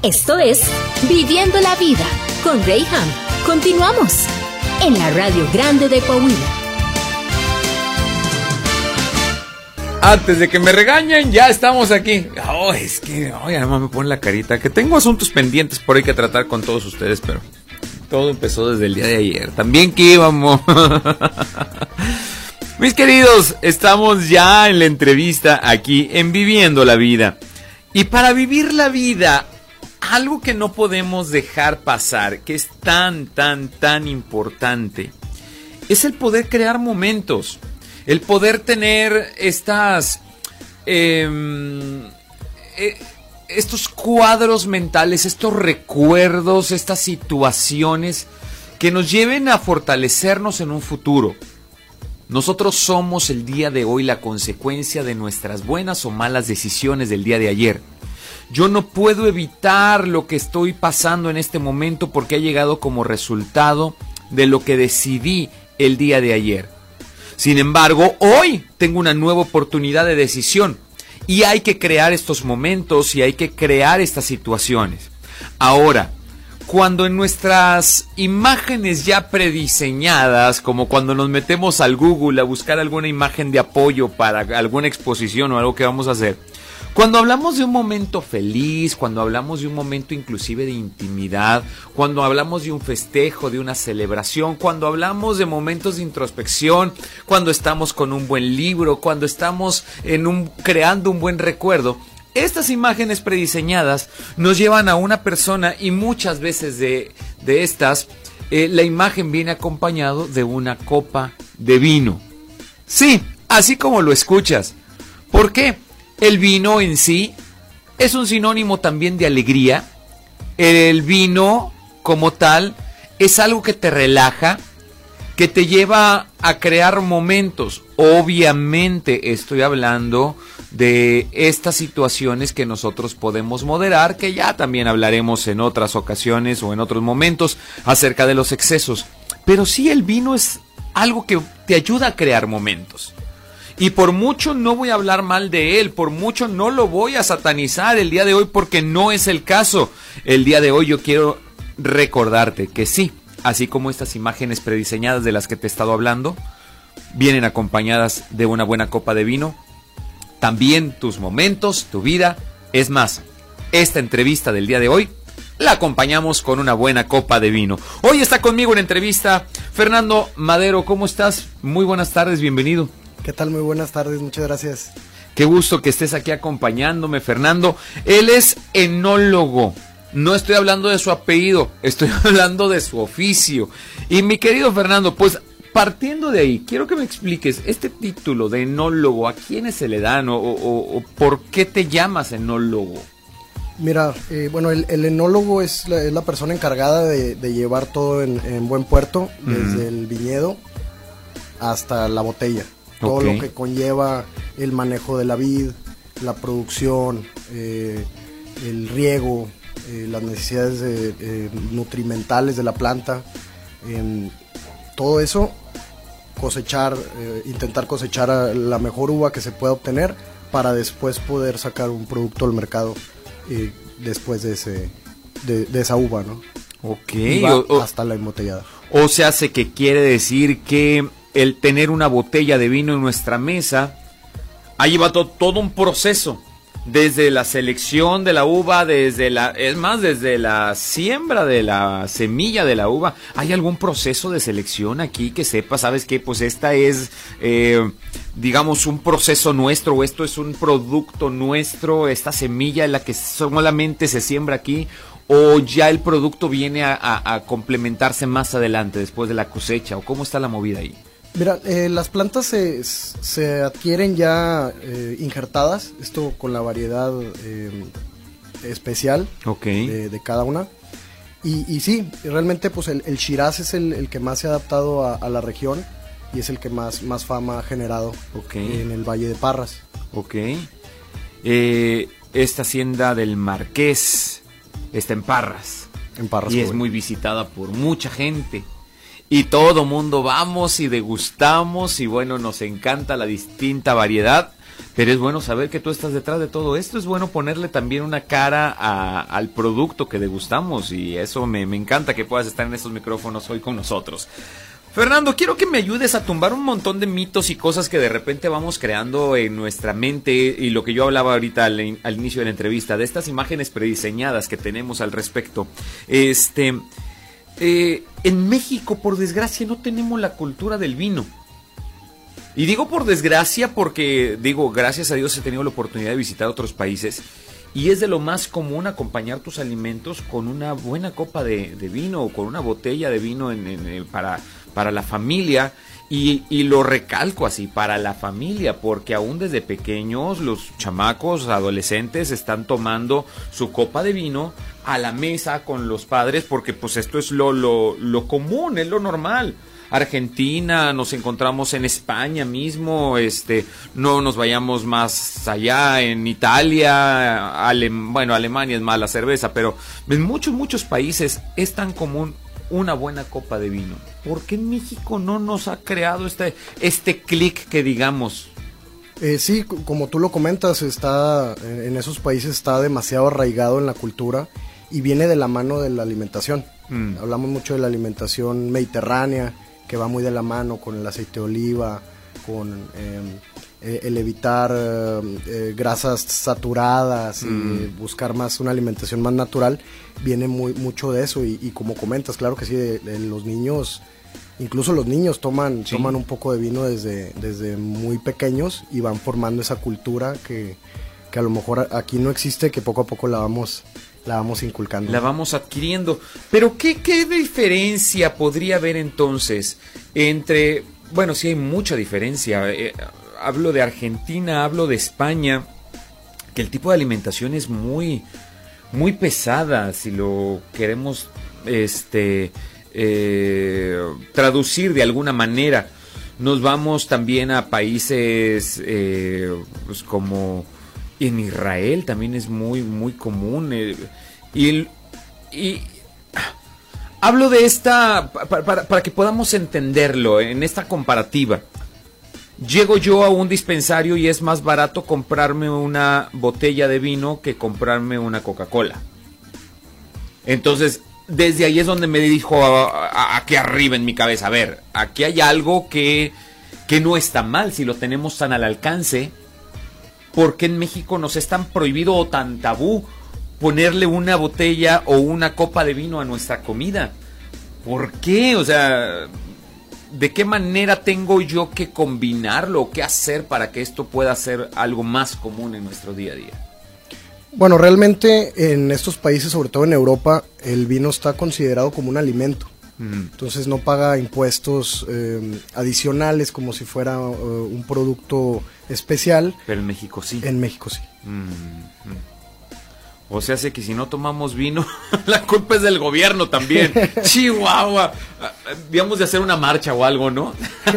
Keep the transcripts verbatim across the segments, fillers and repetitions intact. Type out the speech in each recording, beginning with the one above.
Esto es Viviendo la Vida con Rayham. Continuamos en la Radio Grande de Coahuila. Antes de que me regañen, ya estamos aquí. Oh, es que, oh, ya nomás me ponen la carita. Que tengo asuntos pendientes por ahí que tratar con todos ustedes, pero todo empezó desde el día de ayer. También que íbamos. Mis queridos, estamos ya en la entrevista aquí en Viviendo la Vida. Y para vivir la vida, algo que no podemos dejar pasar, que es tan, tan, tan importante, es el poder crear momentos. El poder tener estas, eh, eh, estos cuadros mentales, estos recuerdos, estas situaciones que nos lleven a fortalecernos en un futuro. Nosotros somos el día de hoy la consecuencia de nuestras buenas o malas decisiones del día de ayer. Yo no puedo evitar lo que estoy pasando en este momento porque ha llegado como resultado de lo que decidí el día de ayer. Sin embargo, hoy tengo una nueva oportunidad de decisión y hay que crear estos momentos y hay que crear estas situaciones. Ahora, cuando en nuestras imágenes ya prediseñadas, como cuando nos metemos al Google a buscar alguna imagen de apoyo para alguna exposición o algo que vamos a hacer, cuando hablamos de un momento feliz, cuando hablamos de un momento inclusive de intimidad, cuando hablamos de un festejo, de una celebración, cuando hablamos de momentos de introspección, cuando estamos con un buen libro, cuando estamos en un, creando un buen recuerdo, estas imágenes prediseñadas nos llevan a una persona y muchas veces de, de estas, eh, la imagen viene acompañado de una copa de vino. Sí, así como lo escuchas. ¿Por qué? El vino en sí es un sinónimo también de alegría. El vino como tal es algo que te relaja, que te lleva a crear momentos. Obviamente estoy hablando de estas situaciones que nosotros podemos moderar, que ya también hablaremos en otras ocasiones o en otros momentos acerca de los excesos. Pero sí, el vino es algo que te ayuda a crear momentos. Y por mucho no voy a hablar mal de él, por mucho no lo voy a satanizar el día de hoy porque no es el caso. El día de hoy yo quiero recordarte que sí, así como estas imágenes prediseñadas de las que te he estado hablando, vienen acompañadas de una buena copa de vino, también tus momentos, tu vida. Es más, esta entrevista del día de hoy la acompañamos con una buena copa de vino. Hoy está conmigo en entrevista Fernando Madero. ¿Cómo estás? Muy buenas tardes, bienvenido. ¿Qué tal? Muy buenas tardes, muchas gracias. Qué gusto que estés aquí acompañándome, Fernando. Él es enólogo. No estoy hablando de su apellido, estoy hablando de su oficio. Y mi querido Fernando, pues partiendo de ahí, quiero que me expliques este título de enólogo, ¿a quiénes se le dan o, o, o por qué te llamas enólogo? Mira, eh, bueno, el, el enólogo es la, es la persona encargada de, de llevar todo en, en buen puerto, desde mm. el viñedo hasta la botella. Todo okay. Lo que conlleva el manejo de la vid, la producción, eh, el riego, eh, las necesidades de, eh, nutrimentales de la planta, eh, todo eso, cosechar, eh, intentar cosechar a la mejor uva que se pueda obtener para después poder sacar un producto al mercado eh, después de ese de, de esa uva, ¿no? Ok. O, o, hasta la embotellada. O sea, ¿se que quiere decir que el tener una botella de vino en nuestra mesa ha llevado todo un proceso, desde la selección de la uva, desde la, es más, desde la siembra de la semilla de la uva? ¿Hay algún proceso de selección aquí que sepa, sabes qué? Pues esta es, eh, digamos, un proceso nuestro, o esto es un producto nuestro, esta semilla es la que solamente se siembra aquí, o ya el producto viene a, a, a complementarse más adelante, después de la cosecha, o cómo está la movida ahí? Mira, eh, las plantas se, se adquieren ya eh, injertadas, esto con la variedad eh, especial okay. de, de cada una. Y, y sí, realmente pues el, el Shiraz es el, el que más se ha adaptado a, a la región y es el que más, más fama ha generado okay. en el Valle de Parras. Ok. Eh, esta hacienda del Marqués está en Parras. En Parras. Y es muy visitada por mucha gente. Y todo mundo vamos y degustamos y bueno, nos encanta la distinta variedad. Pero es bueno saber que tú estás detrás de todo esto, es bueno ponerle también una cara a, al producto que degustamos y eso me, me encanta que puedas estar en estos micrófonos hoy con nosotros. Fernando, quiero que me ayudes a tumbar un montón de mitos y cosas que de repente vamos creando en nuestra mente y lo que yo hablaba ahorita al, al inicio de la entrevista, de estas imágenes prediseñadas que tenemos al respecto. Este, eh, en México, por desgracia, no tenemos la cultura del vino. Y digo por desgracia porque, digo, gracias a Dios he tenido la oportunidad de visitar otros países y es de lo más común acompañar tus alimentos con una buena copa de, de vino o con una botella de vino en, en, en, para, para la familia y, y lo recalco así, para la familia, porque aún desde pequeños los chamacos, adolescentes están tomando su copa de vino a la mesa con los padres porque pues esto es lo, lo, lo común, es lo normal. Argentina, nos encontramos en España mismo, este, no nos vayamos más allá, en Italia, Ale, bueno, Alemania es mala cerveza, pero en muchos, muchos países es tan común una buena copa de vino. ¿Por qué en México no nos ha creado este, este clic que digamos? Eh, sí, como tú lo comentas, está en esos países está demasiado arraigado en la cultura y viene de la mano de la alimentación. Mm. Hablamos mucho de la alimentación mediterránea, que va muy de la mano con el aceite de oliva, con eh, el evitar eh, grasas saturadas mm. y buscar más una alimentación más natural, viene muy mucho de eso y, y como comentas, claro que sí, de, de los niños, incluso los niños toman, sí. toman un poco de vino desde, desde muy pequeños y van formando esa cultura que, que a lo mejor aquí no existe, que poco a poco la vamos... La vamos inculcando. La vamos adquiriendo. Pero ¿qué, qué diferencia podría haber entonces entre... Bueno, sí hay mucha diferencia. Eh, hablo de Argentina, hablo de España, que el tipo de alimentación es muy, muy pesada, si lo queremos este, eh, traducir de alguna manera. Nos vamos también a países eh, pues como... En Israel también es muy, muy común. Eh, y, y hablo de esta, para, para, para que podamos entenderlo, en esta comparativa. Llego yo a un dispensario y es más barato comprarme una botella de vino que comprarme una Coca-Cola. Entonces, desde ahí es donde me dijo a, a, aquí arriba en mi cabeza, a ver, aquí hay algo que, que no está mal si lo tenemos tan al alcance. ¿Por qué en México nos es tan prohibido o tan tabú ponerle una botella o una copa de vino a nuestra comida? ¿Por qué? O sea, ¿de qué manera tengo yo que combinarlo o qué hacer para que esto pueda ser algo más común en nuestro día a día? Bueno, realmente en estos países, sobre todo en Europa, el vino está considerado como un alimento. Entonces no paga impuestos eh, adicionales como si fuera uh, un producto especial. Pero en México sí. En México sí. Mm-hmm. O sea, sé que si no tomamos vino, la culpa es del gobierno también. Chihuahua. Habíamos de hacer una marcha o algo, ¿no?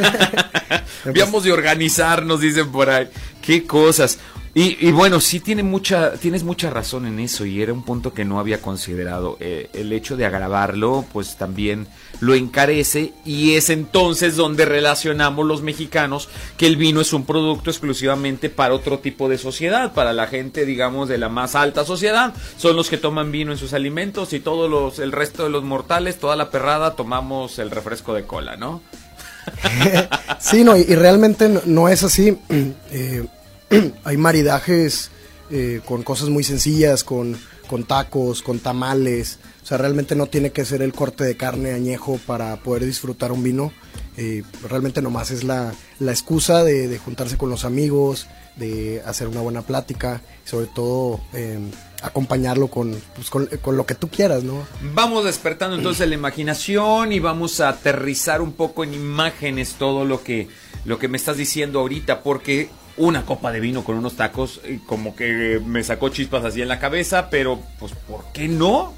Habíamos de organizarnos, dicen por ahí. Qué cosas. Y, y bueno, sí tiene mucha, tienes mucha razón en eso y era un punto que no había considerado. Eh, el hecho de agravarlo, pues también lo encarece y es entonces donde relacionamos los mexicanos que el vino es un producto exclusivamente para otro tipo de sociedad, para la gente, digamos, de la más alta sociedad. Son los que toman vino en sus alimentos y todos los, el resto de los mortales, toda la perrada, tomamos el refresco de cola, ¿no? Sí, no, y, y realmente no, no es así. Eh, hay maridajes eh, con cosas muy sencillas, con, con tacos, con tamales. O sea, realmente no tiene que ser el corte de carne añejo para poder disfrutar un vino. Eh, realmente nomás es la, la excusa de, de juntarse con los amigos, de hacer una buena plática, sobre todo eh, acompañarlo con, pues, con, con lo que tú quieras, ¿no? Vamos despertando entonces la imaginación y vamos a aterrizar un poco en imágenes todo lo que, lo que me estás diciendo ahorita, porque una copa de vino con unos tacos como que me sacó chispas así en la cabeza, pero pues ¿por qué no?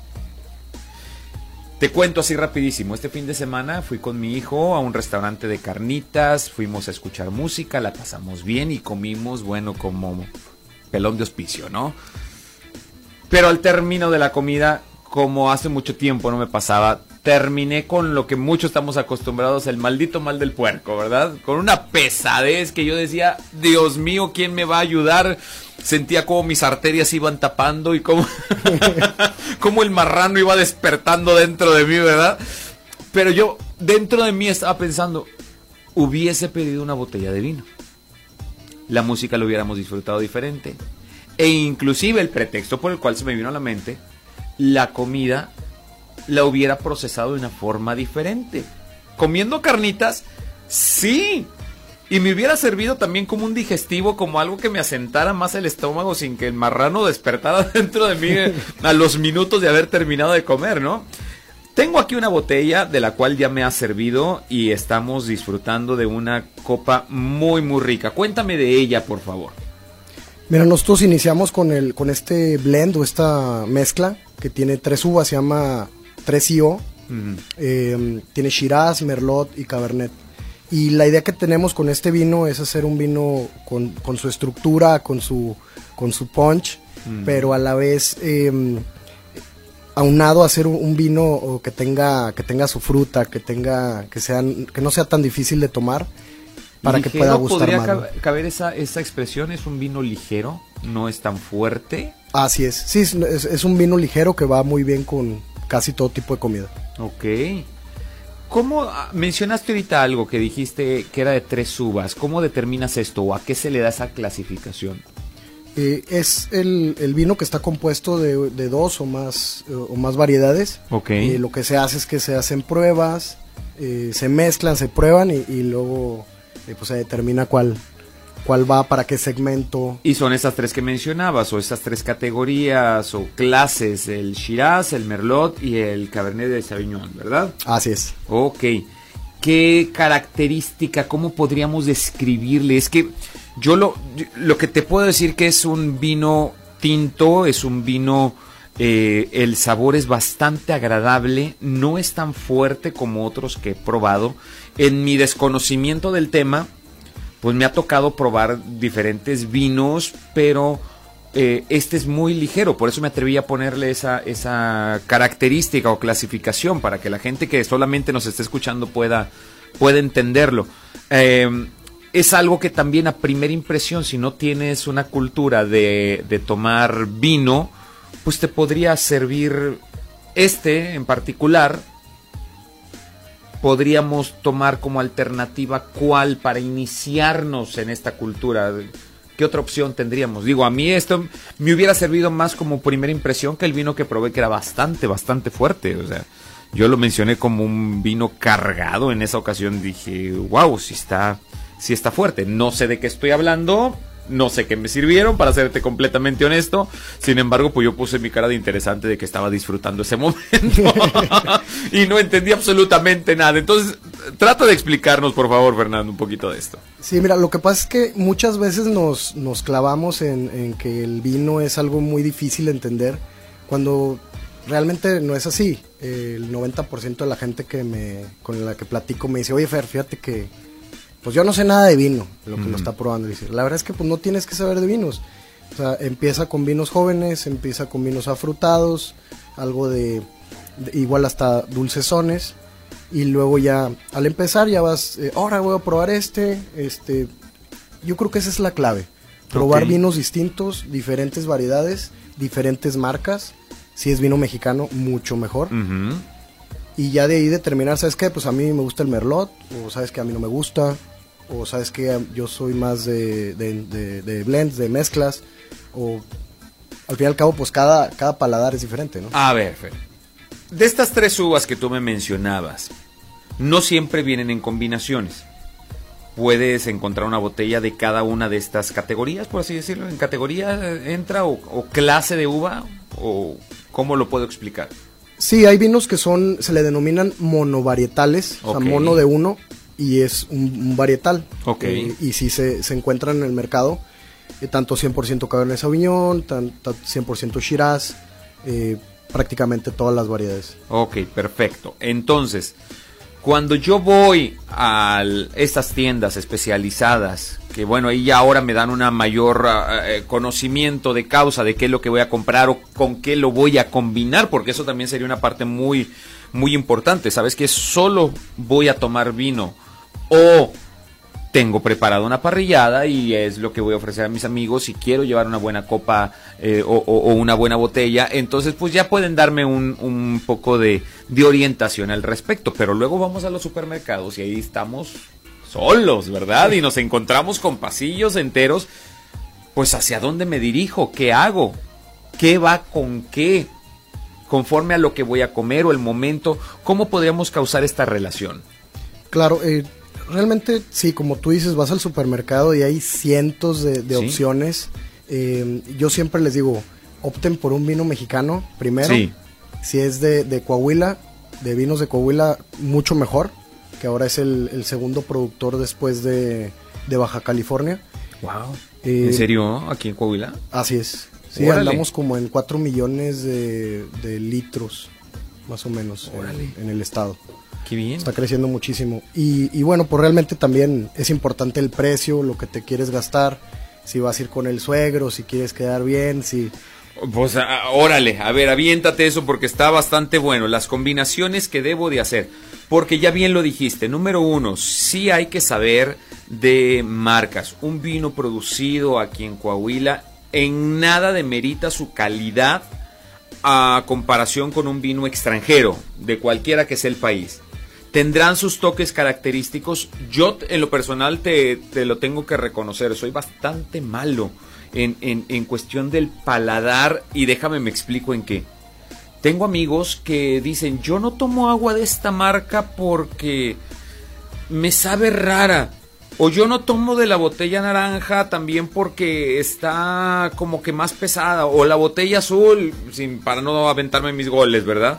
Te cuento así rapidísimo, este fin de semana fui con mi hijo a un restaurante de carnitas, fuimos a escuchar música, la pasamos bien y comimos, bueno, como pelón de hospicio, ¿no? Pero al término de la comida, como hace mucho tiempo no me pasaba, terminé con lo que muchos estamos acostumbrados, el maldito mal del puerco, ¿verdad? Con una pesadez que yo decía, Dios mío, ¿quién me va a ayudar? Sentía como mis arterias iban tapando y como, como el marrano iba despertando dentro de mí, ¿verdad? Pero yo dentro de mí estaba pensando, hubiese pedido una botella de vino. La música lo hubiéramos disfrutado diferente. E inclusive el pretexto por el cual se me vino a la mente, la comida la hubiera procesado de una forma diferente. Comiendo carnitas, sí. Y me hubiera servido también como un digestivo, como algo que me asentara más el estómago sin que el marrano despertara dentro de mí a los minutos de haber terminado de comer, ¿no? Tengo aquí una botella de la cual ya me ha servido y estamos disfrutando de una copa muy muy rica. Cuéntame de ella, por favor. Mira, nosotros iniciamos con el con este blend o esta mezcla que tiene tres uvas, se llama tres I O. Mm. Eh, tiene Shiraz, Merlot y Cabernet. Y la idea que tenemos con este vino es hacer un vino con, con su estructura, con su, con su punch, mm. pero a la vez eh, aunado a hacer un, un vino que tenga, que tenga su fruta, que tenga, que sean, que no sea tan difícil de tomar para ligero, que pueda gustar ¿podría más? ¿Podría caber esa, esa expresión? ¿Es un vino ligero? ¿No es tan fuerte? Así es, sí, es, es un vino ligero que va muy bien con casi todo tipo de comida. Ok. ¿Cómo mencionaste ahorita algo que dijiste que era de tres uvas? ¿Cómo determinas esto o a qué se le da esa clasificación? Eh, es el, el vino que está compuesto de, de dos o más, eh, o más variedades. Okay. Eh, lo que se hace es que se hacen pruebas, eh, se mezclan, se prueban y, y luego eh, pues se determina cuál, cuál va para qué segmento. Y son esas tres que mencionabas, o esas tres categorías o clases, el Shiraz, el Merlot y el Cabernet de Sauvignon, ¿verdad? Así es. Ok. ¿Qué característica, cómo podríamos describirle? Es que yo lo, lo que te puedo decir que es un vino tinto, es un vino, eh, el sabor es bastante agradable, no es tan fuerte como otros que he probado. En mi desconocimiento del tema, pues me ha tocado probar diferentes vinos, pero eh, este es muy ligero, por eso me atreví a ponerle esa, esa característica o clasificación para que la gente que solamente nos esté escuchando pueda, pueda entenderlo. Eh, es algo que también a primera impresión, si no tienes una cultura de, de tomar vino, pues te podría servir este en particular. Podríamos tomar como alternativa cuál para iniciarnos en esta cultura. ¿Qué otra opción tendríamos? Digo, a mí esto me hubiera servido más como primera impresión que el vino que probé, que era bastante, bastante fuerte. O sea, yo lo mencioné como un vino cargado en esa ocasión. Dije, wow, sí está, sí está fuerte. No sé de qué estoy hablando. No sé qué me sirvieron, para serte completamente honesto. Sin embargo, pues yo puse mi cara de interesante de que estaba disfrutando ese momento y no entendí absolutamente nada. Entonces, trata de explicarnos, por favor, Fernando, un poquito de esto. Sí, mira, lo que pasa es que muchas veces nos, nos clavamos en, en que el vino es algo muy difícil de entender, cuando realmente no es así. El noventa por ciento de la gente que me, con la que platico me dice, oye, Fer, fíjate que pues yo no sé nada de vino, lo que mm. lo está probando. Dice, la verdad es que pues no tienes que saber de vinos. O sea, empieza con vinos jóvenes, empieza con vinos afrutados, algo de, de igual hasta dulcezones, y luego ya al empezar ya vas, eh, ahora voy a probar este, este, yo creo que esa es la clave. Probar okay. vinos distintos, diferentes variedades, diferentes marcas. Si es vino mexicano, mucho mejor. Uh-huh. Y ya de ahí determinar, ¿sabes qué? Pues a mí me gusta el Merlot, o ¿sabes qué? A mí no me gusta, o ¿sabes qué? Yo soy más de, de, de, de blends, de mezclas, o al fin y al cabo, pues cada, cada paladar es diferente, ¿no? A ver, Fer, de estas tres uvas que tú me mencionabas, no siempre vienen en combinaciones. Puedes encontrar una botella de cada una de estas categorías, por así decirlo. ¿En categoría entra o, o clase de uva? ¿O cómo lo puedo explicar? Sí, hay vinos que son, se le denominan monovarietales, okay. O sea, mono de uno, y es un, un varietal. Okay. Eh, y sí se, se encuentran en el mercado, eh, tanto cien por ciento Cabernet Sauvignon, tanto cien por ciento Shiraz, eh, prácticamente todas las variedades. Ok, perfecto. Entonces, Cuando yo voy a estas tiendas especializadas, que bueno, ahí ya ahora me dan una mayor uh, conocimiento de causa de qué es lo que voy a comprar o con qué lo voy a combinar, porque eso también sería una parte muy, muy importante. ¿Sabes que solo voy a tomar vino o tengo preparado una parrillada y es lo que voy a ofrecer a mis amigos si quiero llevar una buena copa eh, o, o, o una buena botella? Entonces pues ya pueden darme un, un poco de, de orientación al respecto, pero luego vamos a los supermercados y ahí estamos solos, ¿verdad? Y nos encontramos con pasillos enteros. Pues ¿hacia dónde me dirijo? ¿Qué hago? ¿Qué va con qué? Conforme a lo que voy a comer o el momento, ¿cómo podríamos causar esta relación? Claro, eh, realmente sí, como tú dices, vas al supermercado y hay cientos de, de ¿sí? opciones. Eh, yo siempre les digo, opten por un vino mexicano primero. Sí. Si es de, de Coahuila, de vinos de Coahuila, mucho mejor, que ahora es el, el segundo productor después de, de Baja California. Wow. Eh, ¿En serio? ¿Aquí en Coahuila? Así es. Sí, órale. Andamos como en cuatro millones de, de litros, más o menos, en, en el estado. Qué bien. Está creciendo muchísimo. Y, y bueno, pues realmente también es importante el precio, lo que te quieres gastar, si vas a ir con el suegro, si quieres quedar bien, si... Pues a, órale, a ver, aviéntate eso porque está bastante bueno. Las combinaciones que debo de hacer, porque ya bien lo dijiste. Número uno, sí hay que saber de marcas. Un vino producido aquí en Coahuila en nada demerita su calidad a comparación con un vino extranjero, de cualquiera que sea el país. Tendrán sus toques característicos. Yo en lo personal te, te lo tengo que reconocer, soy bastante malo en, en, en cuestión del paladar, y déjame me explico en qué. Tengo amigos que dicen, yo no tomo agua de esta marca porque me sabe rara, o yo no tomo de la botella naranja también porque está como que más pesada, o la botella azul, sin, para no aventarme mis goles, ¿verdad?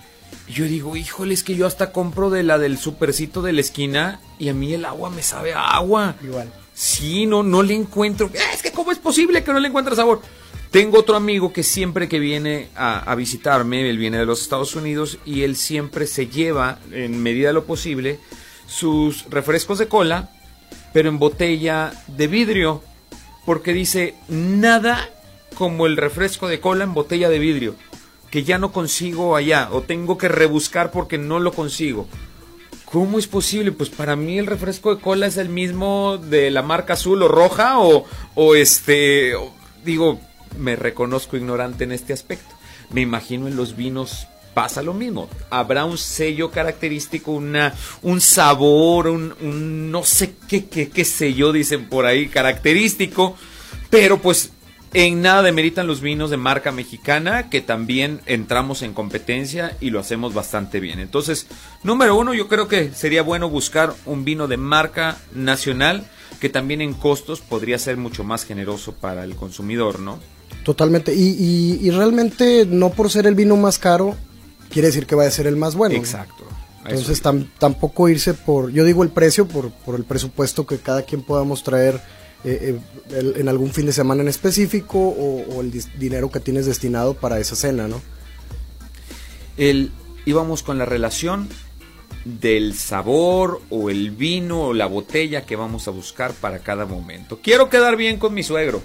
Y yo digo, híjole, es que yo hasta compro de la del supercito de la esquina y a mí el agua me sabe a agua. Igual. Sí, no, no le encuentro. Es que ¿cómo es posible que no le encuentre sabor? Tengo otro amigo que siempre que viene a, a visitarme, él viene de los Estados Unidos y él siempre se lleva, en medida de lo posible, sus refrescos de cola, pero en botella de vidrio, porque dice, nada como el refresco de cola en botella de vidrio, que ya no consigo allá, o tengo que rebuscar porque no lo consigo. ¿Cómo es posible? Pues para mí el refresco de cola es el mismo de la marca azul o roja, o, o este, o, digo, me reconozco ignorante en este aspecto. Me imagino en los vinos pasa lo mismo. Habrá un sello característico, una, un sabor, un, un no sé qué, qué, qué sello dicen por ahí, característico, pero pues en nada demeritan los vinos de marca mexicana, que también entramos en competencia y lo hacemos bastante bien. Entonces, número uno, yo creo que sería bueno buscar un vino de marca nacional, que también en costos podría ser mucho más generoso para el consumidor, ¿no? Totalmente, y, y, y realmente no por ser el vino más caro, quiere decir que va a ser el más bueno. Exacto. Entonces tam, tampoco irse por, yo digo el precio, por, por el presupuesto que cada quien podamos traer eh, eh, el, en algún fin de semana en específico, o, o el dis, dinero que tienes destinado para esa cena, ¿no? El, íbamos con la relación del sabor o el vino o la botella que vamos a buscar para cada momento. Quiero quedar bien con mi suegro.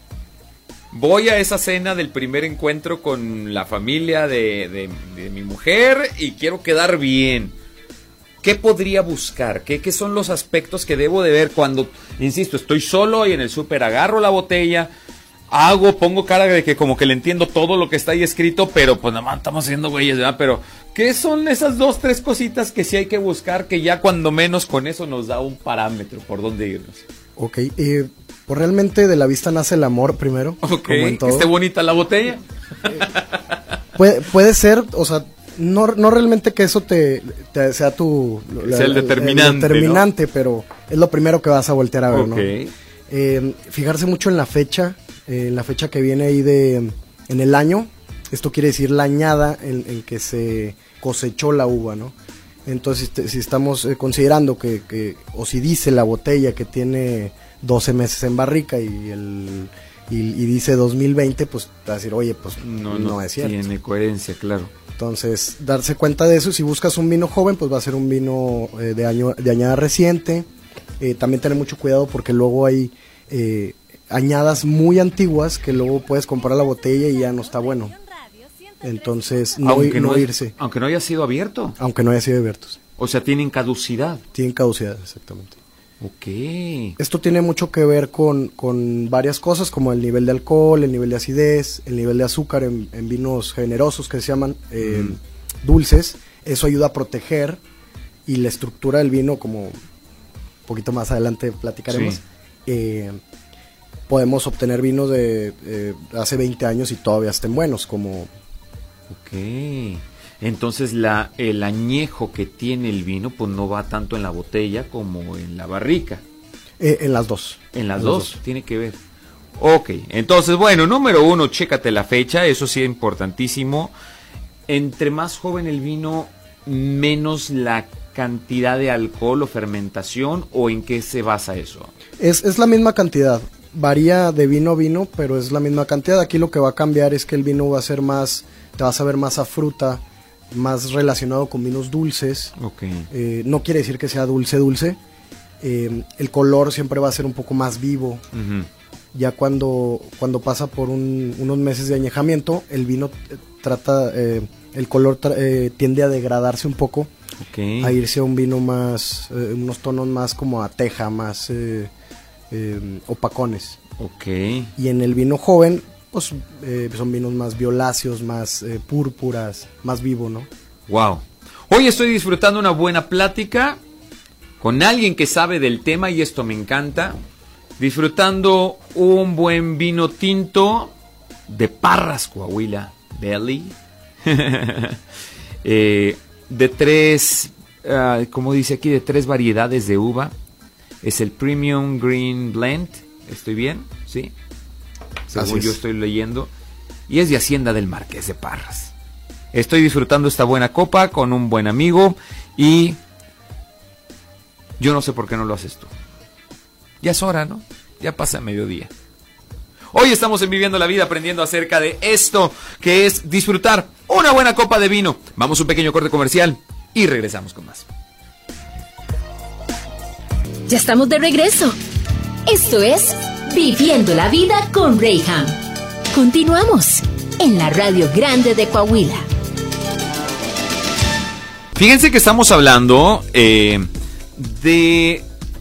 Voy a esa cena del primer encuentro con la familia de, de, de mi mujer y quiero quedar bien. ¿Qué podría buscar? ¿Qué, ¿Qué son los aspectos que debo de ver cuando, insisto, estoy solo y en el súper agarro la botella, hago, pongo cara de que como que le entiendo todo lo que está ahí escrito, pero pues nada más estamos haciendo güeyes, ¿verdad? Pero ¿qué son esas dos, tres cositas que sí hay que buscar, que ya cuando menos con eso nos da un parámetro por dónde irnos? Ok, eh, pues realmente de la vista nace el amor primero. Ok, como en todo. ¿Esté bonita la botella? Eh, puede, puede ser, o sea, no, no realmente que eso te, te sea tu... Es el, el determinante, el determinante, ¿no? Pero es lo primero que vas a voltear a ver, okay. ¿no? Eh, fijarse mucho en la fecha, eh, en la fecha que viene ahí de en el año. Esto quiere decir la añada en, en que se cosechó la uva, ¿no? Entonces, si, si estamos eh, considerando que, que, o si dice la botella que tiene doce meses en barrica y el y, y dice dos mil veinte, pues va a decir, oye, pues no, no, no es cierto. Tiene coherencia, claro. Entonces, darse cuenta de eso. Si buscas un vino joven, pues va a ser un vino eh, de, año, de añada reciente. Eh, también tener mucho cuidado porque luego hay eh, añadas muy antiguas que luego puedes comprar la botella y ya no está bueno. Entonces, no, aunque no no irse. Aunque no haya sido abierto. Aunque no haya sido abierto. Sí. O sea, tienen caducidad. Tienen caducidad, exactamente. Ok. Esto tiene mucho que ver con, con varias cosas, como el nivel de alcohol, el nivel de acidez, el nivel de azúcar en, en vinos generosos que se llaman eh, mm. dulces. Eso ayuda a proteger, y la estructura del vino, como un poquito más adelante platicaremos, sí. eh, podemos obtener vinos de eh, hace veinte años y todavía estén buenos, como... Ok. Entonces la, el añejo que tiene el vino pues no va tanto en la botella como en la barrica. Eh, en las dos. En las en dos, dos, tiene que ver. Ok, entonces bueno, número uno, chécate la fecha, eso sí es importantísimo. Entre más joven el vino, menos la cantidad de alcohol o fermentación, ¿o en qué se basa eso? Es, es la misma cantidad, varía de vino a vino, pero es la misma cantidad. Aquí lo que va a cambiar es que el vino va a ser más, te vas a ver más a fruta, más relacionado con vinos dulces. Okay. Eh, no quiere decir que sea dulce dulce. Eh, el color siempre va a ser un poco más vivo. Uh-huh. Ya cuando, cuando pasa por un, unos meses de añejamiento, el vino trata, eh, el color tra- eh, tiende a degradarse un poco, okay. a irse a un vino más, eh, unos tonos más como a teja, más eh, eh, opacones. Okay. Y en el vino joven, pues eh, son vinos más violáceos, más eh, púrpuras, más vivo, ¿no? Wow. Hoy estoy disfrutando una buena plática con alguien que sabe del tema y esto me encanta. Disfrutando un buen vino tinto de Parras, Coahuila, Belly. eh, de tres, uh, como dice aquí, de tres variedades de uva. Es el Premium Green Blend. ¿Estoy bien? ¿Sí? Según yo estoy leyendo. Y es de Hacienda del Marqués de Parras. Estoy disfrutando esta buena copa con un buen amigo. Y yo no sé por qué no lo haces tú. Ya es hora, ¿no? Ya pasa mediodía. Hoy estamos en Viviendo la Vida aprendiendo acerca de esto que es disfrutar una buena copa de vino. Vamos a un pequeño corte comercial y regresamos con más. Ya estamos de regreso. Esto es Viviendo la Vida con Rayham. Continuamos en la Radio Grande de Coahuila. Fíjense que estamos hablando eh, de...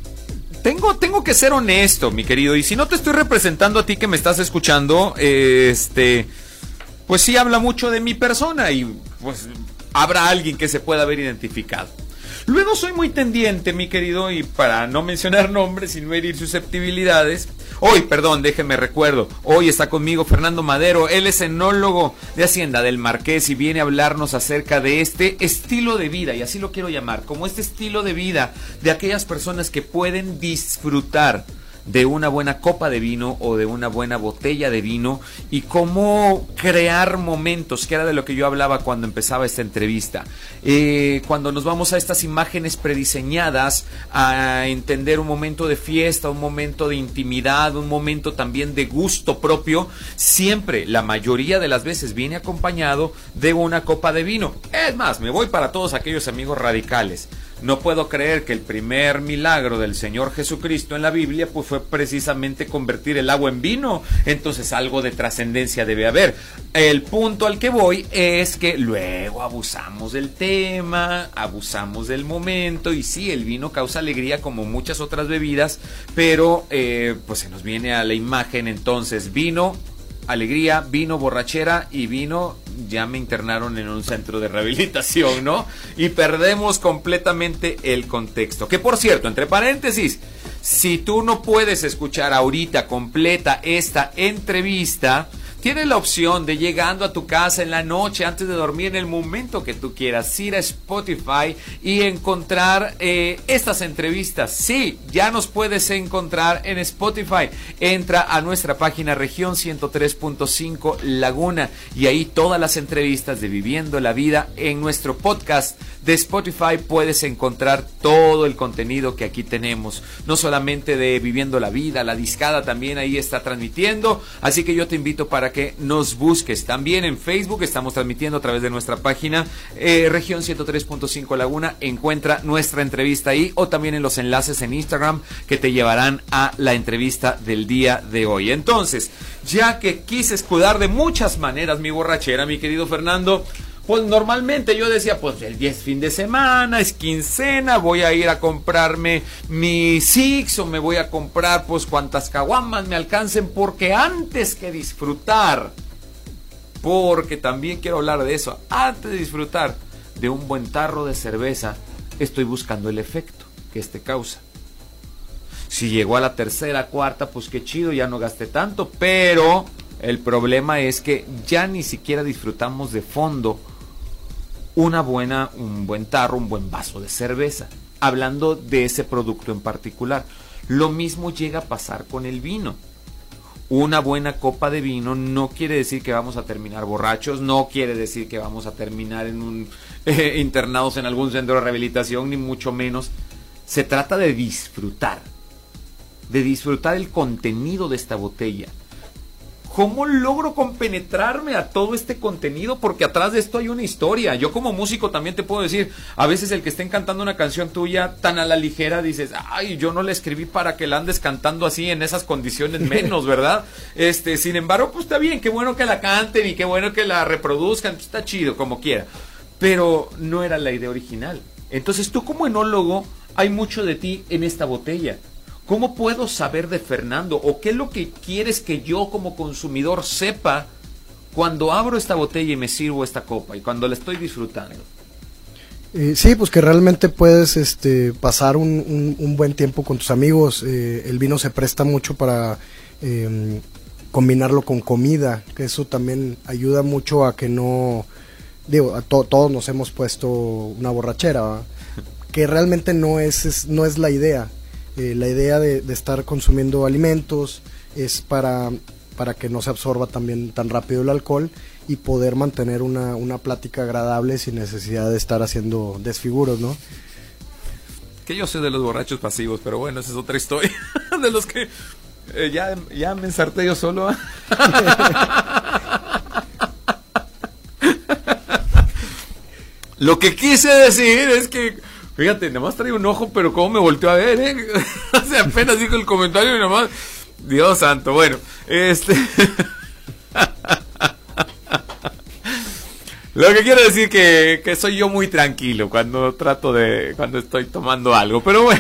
Tengo, tengo que ser honesto, mi querido, y si no te estoy representando a ti que me estás escuchando, eh, este, pues sí habla mucho de mi persona y pues habrá alguien que se pueda haber identificado. Luego soy muy tendiente, mi querido, y para no mencionar nombres y no herir susceptibilidades, hoy, perdón, déjeme recuerdo, hoy está conmigo Fernando Madero, él es enólogo de Hacienda del Marqués y viene a hablarnos acerca de este estilo de vida, y así lo quiero llamar, como este estilo de vida de aquellas personas que pueden disfrutar de una buena copa de vino o de una buena botella de vino y cómo crear momentos, que era de lo que yo hablaba cuando empezaba esta entrevista. Eh, cuando nos vamos a estas imágenes prediseñadas, a entender un momento de fiesta, un momento de intimidad, un momento también de gusto propio, siempre, la mayoría de las veces viene acompañado de una copa de vino. Es más, me voy para todos aquellos amigos radicales. No puedo creer que el primer milagro del Señor Jesucristo en la Biblia pues fue precisamente convertir el agua en vino. Entonces algo de trascendencia debe haber. El punto al que voy es que luego abusamos del tema, abusamos del momento, y sí, el vino causa alegría como muchas otras bebidas, pero eh, pues se nos viene a la imagen entonces vino, alegría, vino, borrachera y vino, ya me internaron en un centro de rehabilitación, ¿no? Y perdemos completamente el contexto. Que por cierto, entre paréntesis, si tú no puedes escuchar ahorita completa esta entrevista, tienes la opción de, llegando a tu casa en la noche, antes de dormir, en el momento que tú quieras, ir a Spotify y encontrar eh, estas entrevistas. Sí, ya nos puedes encontrar en Spotify. Entra a nuestra página Región ciento tres punto cinco Laguna y ahí todas las entrevistas de Viviendo la Vida. En nuestro podcast de Spotify puedes encontrar todo el contenido que aquí tenemos, no solamente de Viviendo la Vida, la discada también ahí está transmitiendo, así que yo te invito para que nos busques. También en Facebook estamos transmitiendo a través de nuestra página eh, Región ciento tres punto cinco Laguna. Encuentra nuestra entrevista ahí, o también en los enlaces en Instagram que te llevarán a la entrevista del día de hoy. Entonces, ya que quise escudar de muchas maneras mi borrachera, mi querido Fernando, pues normalmente yo decía, pues el día es fin de semana, es quincena, voy a ir a comprarme mi Six o me voy a comprar pues cuantas caguamas me alcancen, porque antes que disfrutar, porque también quiero hablar de eso, antes de disfrutar de un buen tarro de cerveza, estoy buscando el efecto que este causa. Si llegó a la tercera, cuarta, pues qué chido, ya no gasté tanto, pero el problema es que ya ni siquiera disfrutamos de fondo una buena, un buen tarro, un buen vaso de cerveza, hablando de ese producto en particular. Lo mismo llega a pasar con el vino. Una buena copa de vino no quiere decir que vamos a terminar borrachos, no quiere decir que vamos a terminar en un eh, internados en algún centro de rehabilitación, ni mucho menos. Se trata de disfrutar, de disfrutar el contenido de esta botella. ¿Cómo logro compenetrarme a todo este contenido? Porque atrás de esto hay una historia. Yo como músico también te puedo decir, a veces el que estén cantando una canción tuya tan a la ligera, dices, ay, yo no la escribí para que la andes cantando así en esas condiciones menos, ¿verdad? Este, sin embargo, pues está bien, qué bueno que la canten y qué bueno que la reproduzcan, pues está chido, como quiera. Pero no era la idea original. Entonces tú como enólogo, hay mucho de ti en esta botella. ¿Cómo puedo saber de Fernando? ¿O qué es lo que quieres que yo como consumidor sepa cuando abro esta botella y me sirvo esta copa y cuando la estoy disfrutando? Eh, sí, pues que realmente puedes este, pasar un, un, un buen tiempo con tus amigos. Eh, el vino se presta mucho para eh, combinarlo con comida, que eso también ayuda mucho a que no... Digo, a to, todos nos hemos puesto una borrachera, ¿verdad? Que realmente no es, es, no es la idea. Eh, la idea de, de estar consumiendo alimentos es para, para que no se absorba también tan rápido el alcohol y poder mantener una, una plática agradable sin necesidad de estar haciendo desfiguros, ¿no? Que yo sé de los borrachos pasivos, pero bueno, esa es otra historia. De los que eh, ya, ya me ensarté yo solo. Lo que quise decir es que, fíjate, nada más traigo un ojo, pero cómo me volteó a ver, ¿eh? O sea, apenas dijo el comentario y nada más, Dios santo, bueno, este... Lo que quiero decir que, que soy yo muy tranquilo cuando trato de, cuando estoy tomando algo, pero bueno.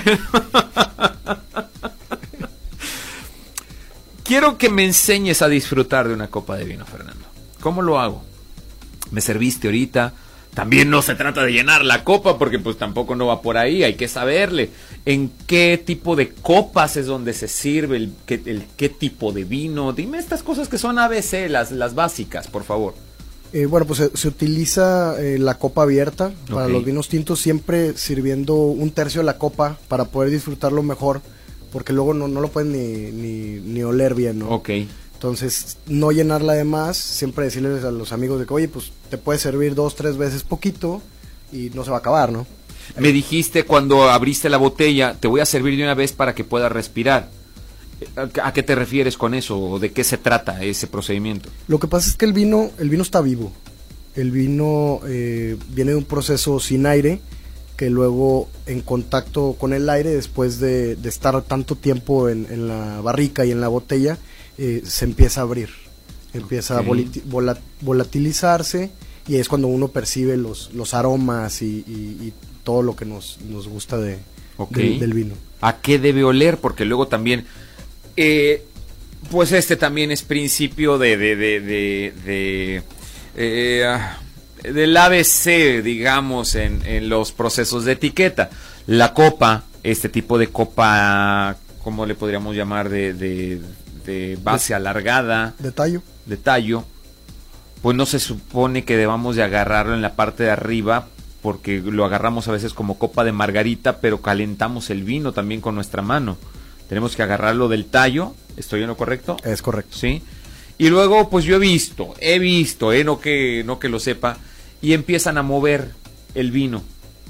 Quiero que me enseñes a disfrutar de una copa de vino, Fernando. ¿Cómo lo hago? Me serviste ahorita. También no se trata de llenar la copa porque pues tampoco no va por ahí, hay que saberle en qué tipo de copas es donde se sirve, el qué, el, qué tipo de vino. Dime estas cosas que son A B C, las, las básicas, por favor. Eh, bueno, pues se, se utiliza eh, la copa abierta para Okay. los vinos tintos, siempre sirviendo un tercio de la copa para poder disfrutarlo mejor, porque luego no, no lo pueden ni, ni, ni oler bien, ¿no? Ok. Entonces, no llenarla de más, siempre decirles a los amigos de que, oye, pues te puedes servir dos, tres veces poquito y no se va a acabar, ¿no? Me dijiste cuando abriste la botella, te voy a servir de una vez para que puedas respirar. ¿A qué te refieres con eso? ¿O de qué se trata ese procedimiento? Lo que pasa es que el vino, el vino está vivo. El vino eh, viene de un proceso sin aire, que luego en contacto con el aire, después de, de estar tanto tiempo en, en la barrica y en la botella, eh, se empieza a abrir, empieza okay. a volati- volat- volatilizarse, y es cuando uno percibe los, los aromas y, y, y todo lo que nos, nos gusta de, okay. del, del vino. ¿A qué debe oler? Porque luego también, eh, pues este también es principio de, de, de, de, de eh, del A B C, digamos, en, en los procesos de etiqueta. La copa, este tipo de copa, ¿cómo le podríamos llamar? De, de, de base de, alargada. De tallo. De tallo. Pues no se supone que debamos de agarrarlo en la parte de arriba, porque lo agarramos a veces como copa de margarita, pero calentamos el vino también con nuestra mano. Tenemos que agarrarlo del tallo. ¿Estoy en lo correcto? Es correcto. Sí. Y luego, pues yo he visto, he visto, eh, no que, no que lo sepa, y empiezan a mover el vino.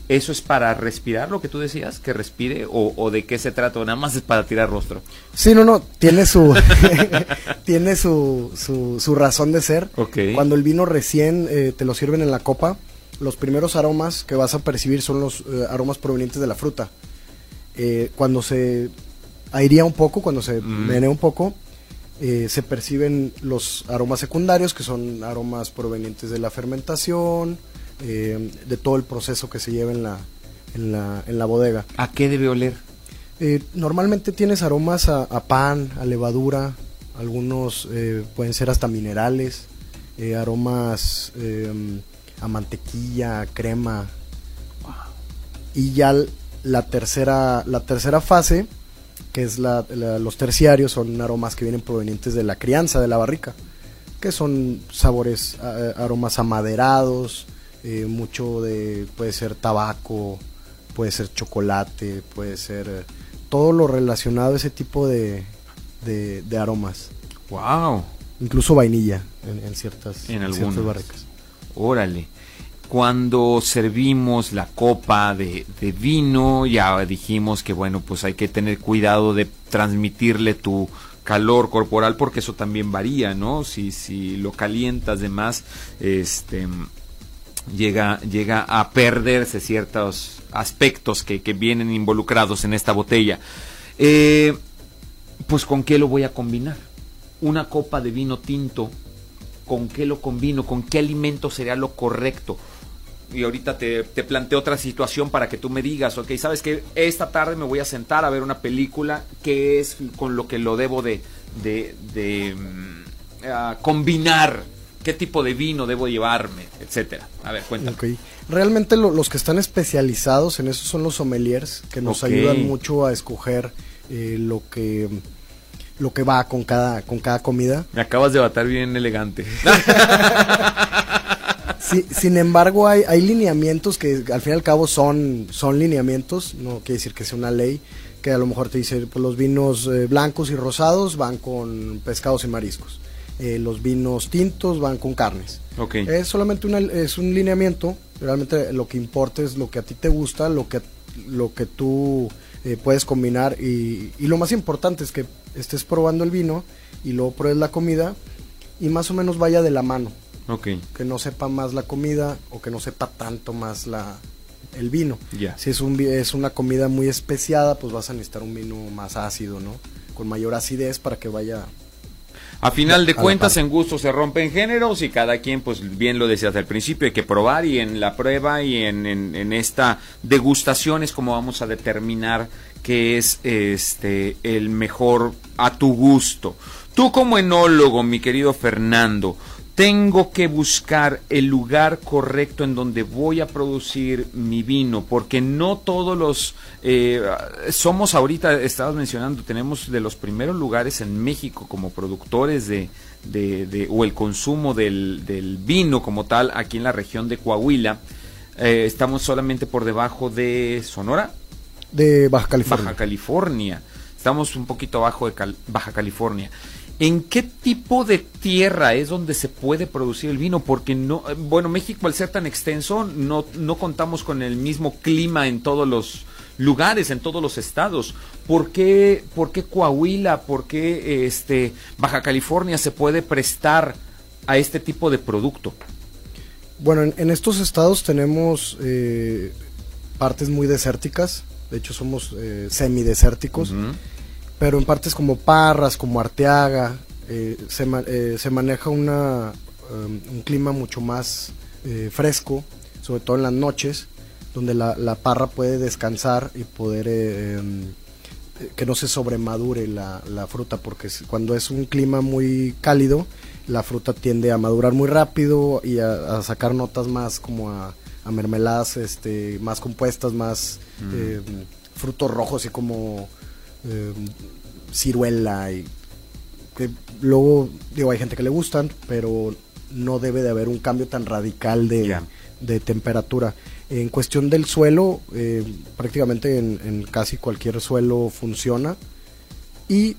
¿Eso es para respirar, lo que tú decías? ¿Que respire? ¿O, o de qué se trata? ¿O nada más es para tirar rostro? Sí, no, no, tiene su tiene su, su, su razón de ser. Okay. Cuando el vino recién eh, te lo sirven en la copa, los primeros aromas que vas a percibir son los eh, aromas provenientes de la fruta. Eh, cuando se airea un poco, cuando se mm. menea un poco, eh, se perciben los aromas secundarios, que son aromas provenientes de la fermentación, Eh, de todo el proceso que se lleva en la, en la, en la bodega. ¿A qué debe oler? Eh, normalmente tienes aromas a, a pan, a levadura, algunos eh, pueden ser hasta minerales, eh, aromas eh, a mantequilla, a crema. Wow. Y ya la tercera, la tercera fase, que es la, la, los terciarios, son aromas que vienen provenientes de la crianza, de la barrica, que son sabores, a, aromas amaderados. Eh, mucho de, puede ser tabaco, puede ser chocolate, puede ser eh, todo lo relacionado a ese tipo de, de, de aromas. Wow. Incluso vainilla en, en ciertas, en en ciertas barricas. Órale. Cuando servimos la copa de, de vino, ya dijimos que bueno, pues hay que tener cuidado de transmitirle tu calor corporal, porque eso también varía, ¿no? Si, si lo calientas de más, este... Llega, llega a perderse ciertos aspectos que, que vienen involucrados en esta botella. Eh, pues ¿con qué lo voy a combinar? Una copa de vino tinto, ¿con qué lo combino? ¿Con qué alimento sería lo correcto? Y ahorita te, te planteo otra situación para que tú me digas, ok, sabes que esta tarde me voy a sentar a ver una película, ¿qué es con lo que lo debo de, de, de uh, combinar? ¿Qué tipo de vino debo llevarme? Etcétera. A ver, cuéntame. Okay. Realmente lo, los que están especializados en eso son los sommeliers, que nos okay. ayudan mucho a escoger eh, lo que lo que va con cada con cada comida. Me acabas de batar bien elegante. Sí, sin embargo, hay, hay lineamientos que al fin y al cabo son, son lineamientos, no quiere decir que sea una ley, que a lo mejor te dice, pues los vinos eh, blancos y rosados van con pescados y mariscos. Eh, los vinos tintos van con carnes. Okay. Es solamente una, es un lineamiento. Realmente lo que importa es lo que a ti te gusta, lo que, lo que tú eh, puedes combinar y, y lo más importante es que estés probando el vino y luego pruebes la comida y más o menos vaya de la mano. Okay. Que no sepa más la comida o que no sepa tanto más la el vino. Yeah. Si es, un, es una comida muy especiada, pues vas a necesitar un vino más ácido, ¿no? Con mayor acidez para que vaya... A final de cuentas, en gusto se rompen géneros y cada quien, pues bien lo decías al principio, hay que probar y en la prueba y en, en, en esta degustación es como vamos a determinar qué es este el mejor a tu gusto. Tú como enólogo, mi querido Fernando, tengo que buscar el lugar correcto en donde voy a producir mi vino, porque no todos los... Eh, somos ahorita, estabas mencionando, tenemos de los primeros lugares en México como productores de, de, de o el consumo del, del vino como tal, aquí en la región de Coahuila. Eh, estamos solamente por debajo de Sonora. De Baja California. Baja California. Estamos un poquito abajo de Cal- Baja California. ¿En qué tipo de tierra es donde se puede producir el vino? Porque no, bueno, México al ser tan extenso, no, no contamos con el mismo clima en todos los lugares, en todos los estados. ¿Por qué, por qué Coahuila, por qué este, Baja California se puede prestar a este tipo de producto? Bueno, en, en estos estados tenemos eh, partes muy desérticas, de hecho somos eh, semidesérticos. Uh-huh. Pero en partes como Parras, como Arteaga, eh, se, eh, se maneja una, um, un clima mucho más eh, fresco, sobre todo en las noches, donde la, la parra puede descansar y poder eh, eh, que no se sobremadure la, la fruta, porque cuando es un clima muy cálido, la fruta tiende a madurar muy rápido y a, a sacar notas más como a, a mermeladas este, más compuestas, más mm. eh, frutos rojos y como... Eh, ciruela y que luego digo hay gente que le gustan, pero no debe de haber un cambio tan radical de, yeah. de temperatura. En cuestión del suelo, eh, prácticamente en, en casi cualquier suelo funciona y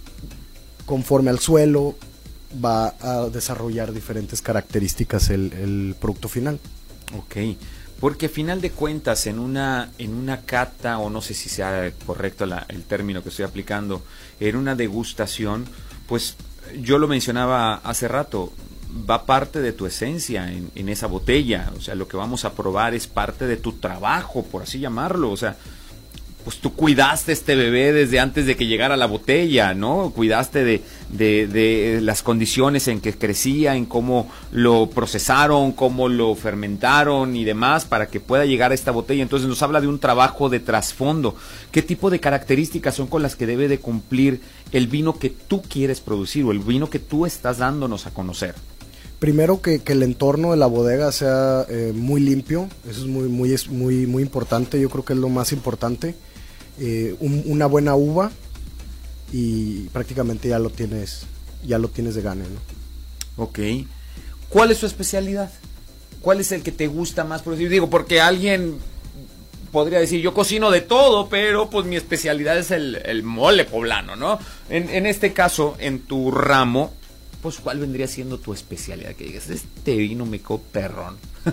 conforme al suelo va a desarrollar diferentes características el, el producto final. Ok. Porque a final de cuentas, en una, en una cata, o no sé si sea correcto la, el término que estoy aplicando, en una degustación, pues yo lo mencionaba hace rato, va parte de tu esencia en, en esa botella. O sea, lo que vamos a probar es parte de tu trabajo, por así llamarlo. O sea, pues tú cuidaste este bebé desde antes de que llegara a la botella, ¿no? Cuidaste de, de, de las condiciones en que crecía, en cómo lo procesaron, cómo lo fermentaron y demás para que pueda llegar a esta botella. Entonces nos habla de un trabajo de trasfondo. ¿Qué tipo de características son con las que debe de cumplir el vino que tú quieres producir o el vino que tú estás dándonos a conocer? Primero que, que el entorno de la bodega sea eh, muy limpio, eso es muy, muy, es muy, muy importante, yo creo que es lo más importante. Eh, un, una buena uva y prácticamente ya lo tienes, ya lo tienes de gane, ¿no? Ok. ¿Cuál es su especialidad? ¿Cuál es el que te gusta más producir? Digo, porque alguien podría decir, yo cocino de todo, pero pues mi especialidad es el, el mole poblano, ¿no? En, en este caso, en tu ramo, pues ¿cuál vendría siendo tu especialidad? Que digas, este vino me quedó perrón.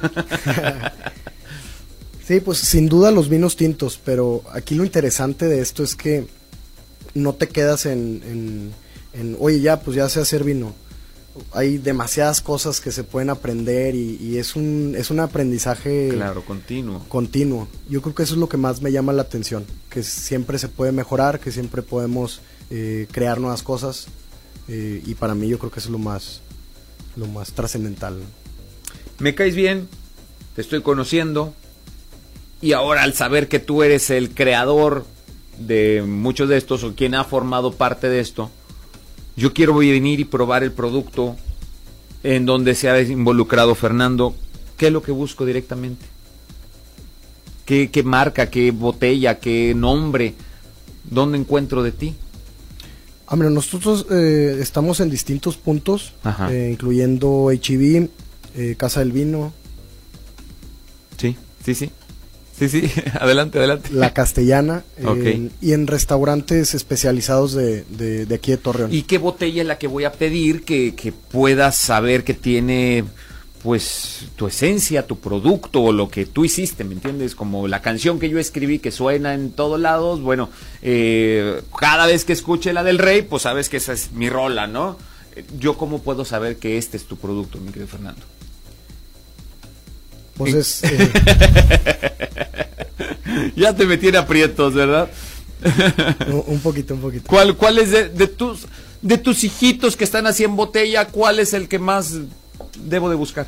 Sí, pues sin duda los vinos tintos, pero aquí lo interesante de esto es que no te quedas en, en, en oye, ya, pues ya sé hacer vino. Hay demasiadas cosas que se pueden aprender y, y es un es un aprendizaje claro, continuo. continuo. Yo creo que eso es lo que más me llama la atención, que siempre se puede mejorar, que siempre podemos eh, crear nuevas cosas eh, y para mí yo creo que eso es lo más, lo más trascendental, ¿no? Me caes bien, te estoy conociendo. Y ahora al saber que tú eres el creador de muchos de estos o quien ha formado parte de esto, yo quiero venir y probar el producto en donde se ha involucrado Fernando. ¿Qué es lo que busco directamente? ¿Qué, qué marca, qué botella, qué nombre? ¿Dónde encuentro de ti? Hombre, nosotros eh, estamos en distintos puntos, eh, incluyendo H E B, eh, Casa del Vino. Sí, sí, sí. Sí, sí, adelante, adelante. La Castellana, okay. eh, y en restaurantes especializados de, de, de aquí de Torreón. ¿Y qué botella es la que voy a pedir que, que puedas saber que tiene, pues, tu esencia, tu producto o lo que tú hiciste, ¿me entiendes? Como la canción que yo escribí que suena en todos lados, bueno, eh, cada vez que escuche la del Rey, pues sabes que esa es mi rola, ¿no? ¿Yo cómo puedo saber que este es tu producto, mi querido Fernando? Pues es... Eh... ya te metí en aprietos, ¿verdad? un, un poquito, un poquito. ¿Cuál, cuál es de, de tus de tus hijitos que están así en botella, cuál es el que más debo de buscar?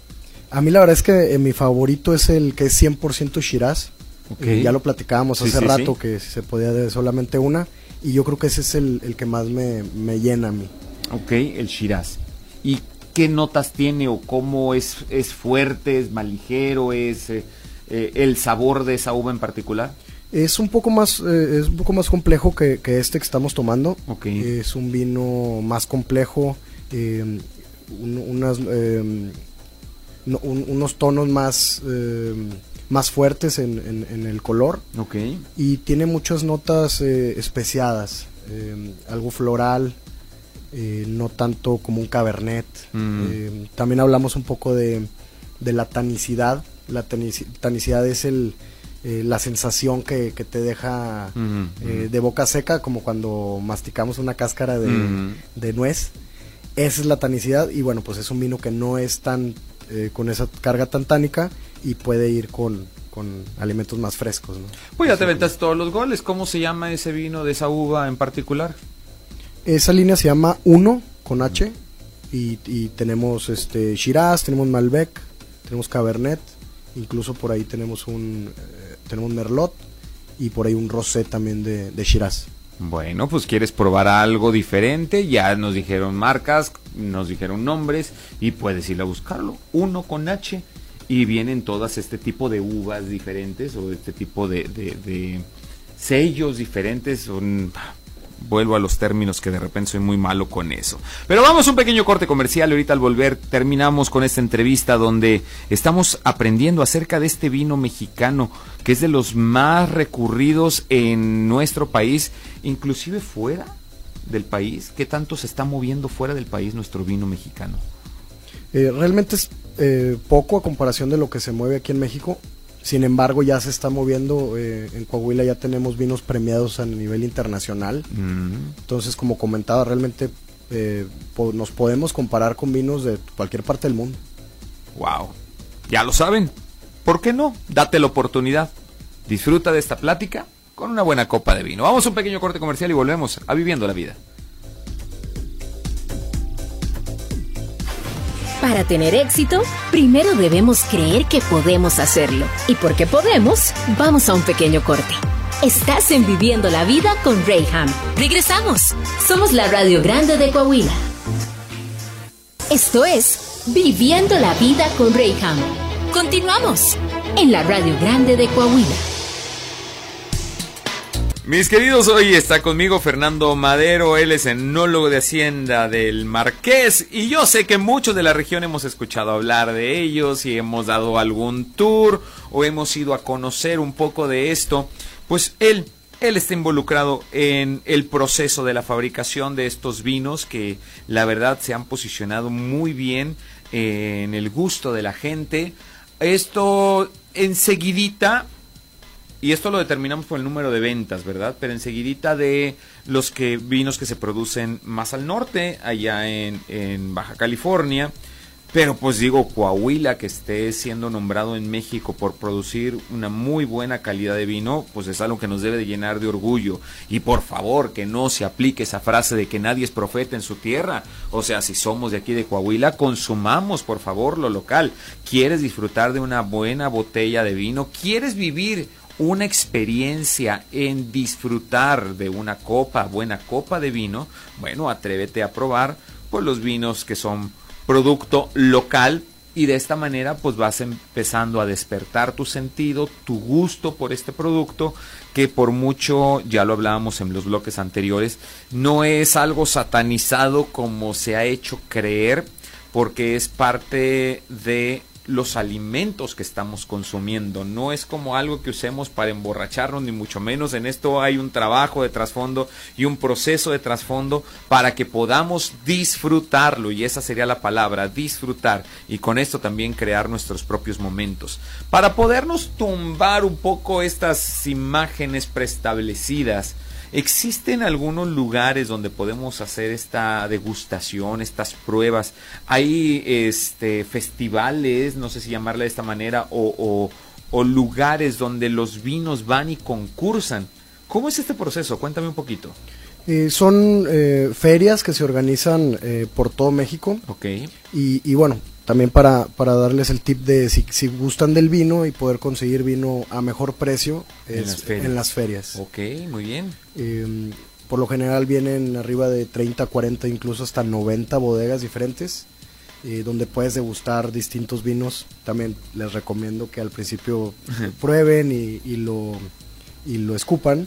A mí la verdad es que eh, mi favorito es el que es cien por ciento Shiraz. Okay. Eh, ya lo platicábamos sí, hace sí, rato sí. que se podía de solamente una. Y yo creo que ese es el, el que más me, me llena a mí. Ok, el Shiraz. ¿Y qué notas tiene o cómo es, es fuerte, es más ligero, es eh, eh, el sabor de esa uva en particular? Es un poco más eh, es un poco más complejo que, que este que estamos tomando. Okay. Es un vino más complejo, eh, un, unas, eh, no, un, unos tonos más eh, más fuertes en, en, en el color. Okay. Y tiene muchas notas eh, especiadas, eh, algo floral. Eh, no tanto como un cabernet. Mm. Eh, también hablamos un poco de, de la tanicidad. La tanic- tanicidad es el eh, la sensación que, que te deja mm-hmm. eh, de boca seca, como cuando masticamos una cáscara de, mm-hmm. de nuez. Esa es la tanicidad y bueno, pues es un vino que no es tan eh, con esa carga tan tánica y puede ir con, con alimentos más frescos, ¿no? Pues ya te aventaste todos los goles. ¿Cómo se llama ese vino de esa uva en particular? Esa línea se llama Uno con H y, y tenemos este Shiraz, tenemos Malbec, tenemos Cabernet, incluso por ahí tenemos un eh, tenemos Merlot y por ahí un Rosé también de, de Shiraz. Bueno, pues quieres probar algo diferente, ya nos dijeron marcas, nos dijeron nombres y puedes ir a buscarlo. Uno con H y vienen todas este tipo de uvas diferentes o este tipo de, de, de sellos diferentes. Son... Vuelvo a los términos que de repente soy muy malo con eso. Pero vamos a un pequeño corte comercial y ahorita al volver terminamos con esta entrevista donde estamos aprendiendo acerca de este vino mexicano que es de los más recurridos en nuestro país, inclusive fuera del país. ¿Qué tanto se está moviendo fuera del país nuestro vino mexicano? Eh, realmente es eh, poco a comparación de lo que se mueve aquí en México. Sin embargo, ya se está moviendo. Eh, en Coahuila ya tenemos vinos premiados a nivel internacional. Mm. Entonces, como comentaba, realmente eh, po- nos podemos comparar con vinos de cualquier parte del mundo. Wow, ya lo saben. ¿Por qué no? Date la oportunidad. Disfruta de esta plática con una buena copa de vino. Vamos a un pequeño corte comercial y volvemos a Viviendo la Vida. Para tener éxito, primero debemos creer que podemos hacerlo. Y porque podemos, vamos a un pequeño corte. Estás en Viviendo la Vida con Rayham. Regresamos. Somos la Radio Grande de Coahuila. Esto es Viviendo la Vida con Rayham. Continuamos en la Radio Grande de Coahuila. Mis queridos, hoy está conmigo Fernando Madero, él es enólogo de Hacienda del Marqués y yo sé que muchos de la región hemos escuchado hablar de ellos y hemos dado algún tour o hemos ido a conocer un poco de esto. Pues él, él está involucrado en el proceso de la fabricación de estos vinos que la verdad se han posicionado muy bien eh, en el gusto de la gente. Esto enseguidita... Y esto lo determinamos por el número de ventas, ¿verdad? Pero enseguidita de los que vinos que se producen más al norte, allá en, en Baja California. Pero pues digo, Coahuila, que esté siendo nombrado en México por producir una muy buena calidad de vino, pues es algo que nos debe de llenar de orgullo. Y por favor, que no se aplique esa frase de que nadie es profeta en su tierra. O sea, si somos de aquí de Coahuila, consumamos por favor lo local. ¿Quieres disfrutar de una buena botella de vino? ¿Quieres vivir una experiencia en disfrutar de una copa, buena copa de vino? Bueno, atrévete a probar pues los vinos que son producto local y de esta manera pues vas empezando a despertar tu sentido, tu gusto por este producto que por mucho, ya lo hablábamos en los bloques anteriores, no es algo satanizado como se ha hecho creer, porque es parte de los alimentos que estamos consumiendo, no es como algo que usemos para emborracharnos, ni mucho menos. En esto hay un trabajo de trasfondo y un proceso de trasfondo para que podamos disfrutarlo, y esa sería la palabra, disfrutar, y con esto también crear nuestros propios momentos, para podernos tumbar un poco estas imágenes preestablecidas. ¿Existen algunos lugares donde podemos hacer esta degustación, estas pruebas? ¿Hay este, festivales, no sé si llamarle de esta manera, o, o, o lugares donde los vinos van y concursan? ¿Cómo es este proceso? Cuéntame un poquito. Eh, son eh, ferias que se organizan eh, por todo México. Ok. Y, y bueno, también para, para darles el tip de si, si gustan del vino y poder conseguir vino a mejor precio es en, las ferias. en las ferias. Ok, muy bien. Eh, por lo general vienen arriba de treinta, cuarenta, incluso hasta noventa bodegas diferentes, eh, donde puedes degustar distintos vinos. También les recomiendo que al principio prueben y, y, lo, y lo escupan.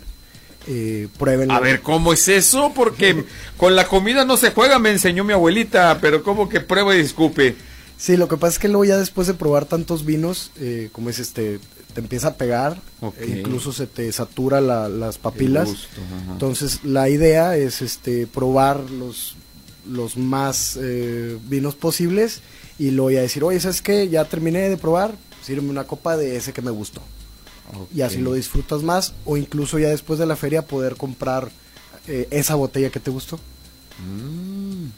Eh, prueben. A ver, ¿cómo es eso? Porque con la comida no se juega, me enseñó mi abuelita, pero ¿cómo que prueba y escupe? Sí, lo que pasa es que luego ya después de probar tantos vinos, eh, como es este, te empieza a pegar, okay. e incluso se te satura la, las papilas. Gusto, entonces la idea es este probar los, los más eh, vinos posibles y luego ya decir, oye, ¿sabes qué? Ya terminé de probar, sírveme una copa de ese que me gustó. Okay. Y así lo disfrutas más, o incluso ya después de la feria poder comprar eh, esa botella que te gustó. Mm.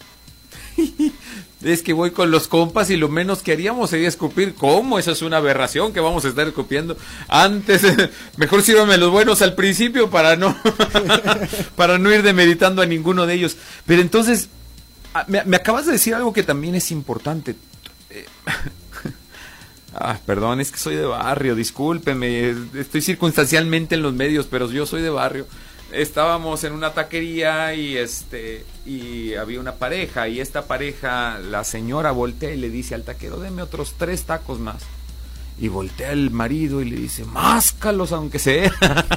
Es que voy con los compas y lo menos que haríamos sería escupir. ¿Cómo? Eso es una aberración que vamos a estar escupiendo. Antes, mejor sírvame los buenos al principio para no para no ir demeritando a ninguno de ellos. Pero entonces, me, me acabas de decir algo que también es importante. Eh, ah, perdón, es que soy de barrio, discúlpeme, estoy circunstancialmente en los medios, pero yo soy de barrio. Estábamos en una taquería y este y había una pareja, y esta pareja, la señora voltea y le dice al taquero, deme otros tres tacos más, y voltea el marido y le dice, máscalos aunque sea.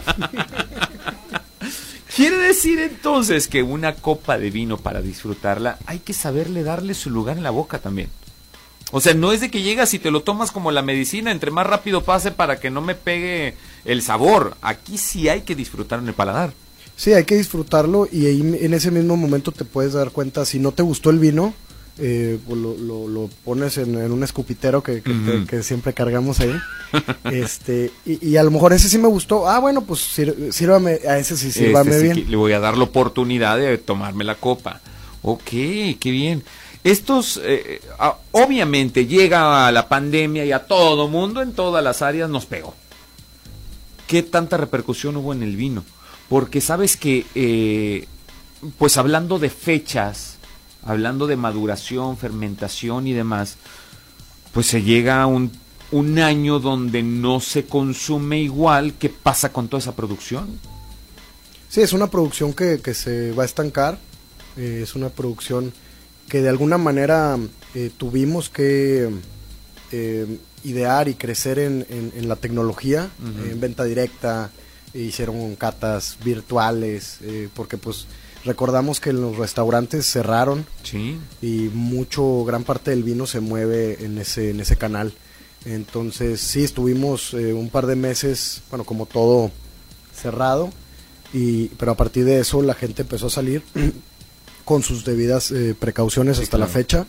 Quiere decir entonces que una copa de vino, para disfrutarla, hay que saberle darle su lugar en la boca también. O sea, no es de que llegas y te lo tomas como la medicina, entre más rápido pase para que no me pegue el sabor. Aquí sí hay que disfrutar en el paladar. Sí, hay que disfrutarlo, y ahí en ese mismo momento te puedes dar cuenta si no te gustó el vino, eh, lo, lo, lo pones en, en un escupitero que, que, uh-huh. que, que siempre cargamos ahí. este y, y a lo mejor ese sí me gustó. Ah, bueno, pues sír, sírvame, a ese sí sírvame este bien. Sí, le voy a dar la oportunidad de tomarme la copa. Ok, qué bien. Estos, eh, obviamente llega la pandemia y a todo mundo en todas las áreas nos pegó. ¿Qué tanta repercusión hubo en el vino? Porque sabes que, eh, pues hablando de fechas, hablando de maduración, fermentación y demás, pues se llega a un, un año donde no se consume igual. ¿Qué pasa con toda esa producción? Sí, es una producción que, que se va a estancar, eh, es una producción que de alguna manera eh, tuvimos que eh, idear y crecer en, en, en la tecnología, uh-huh. en venta directa, e hicieron catas virtuales, eh, porque pues recordamos que los restaurantes cerraron, sí. y mucho, gran parte del vino se mueve en ese, en ese canal. Entonces sí, estuvimos eh, un par de meses, bueno, como todo cerrado, y pero a partir de eso la gente empezó a salir con sus debidas eh, precauciones sí, hasta claro. la fecha,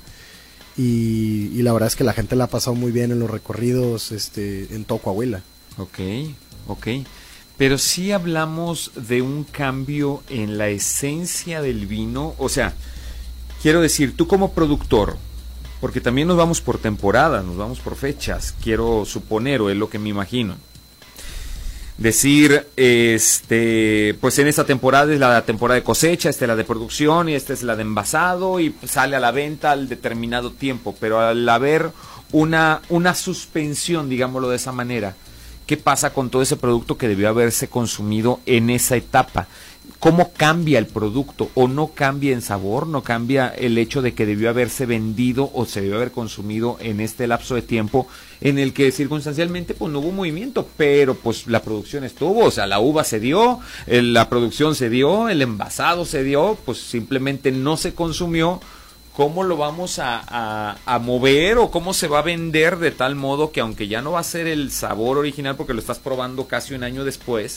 y, y la verdad es que la gente la ha pasado muy bien en los recorridos este en todo Coahuila. Ok, ok. Pero sí hablamos de un cambio en la esencia del vino, o sea, quiero decir, tú como productor, porque también nos vamos por temporada, nos vamos por fechas, quiero suponer, o es lo que me imagino. Decir, este, pues en esta temporada es la temporada de cosecha, esta es la de producción y esta es la de envasado y sale a la venta al determinado tiempo, pero al haber una, una suspensión, digámoslo de esa manera, ¿qué pasa con todo ese producto que debió haberse consumido en esa etapa? ¿Cómo cambia el producto? ¿O no cambia en sabor? ¿No cambia el hecho de que debió haberse vendido o se debió haber consumido en este lapso de tiempo en el que circunstancialmente pues no hubo movimiento, pero pues la producción estuvo? O sea, la uva se dio, el, la producción se dio, el envasado se dio, pues simplemente no se consumió. ¿Cómo lo vamos a, a, a mover o cómo se va a vender de tal modo que aunque ya no va a ser el sabor original porque lo estás probando casi un año después,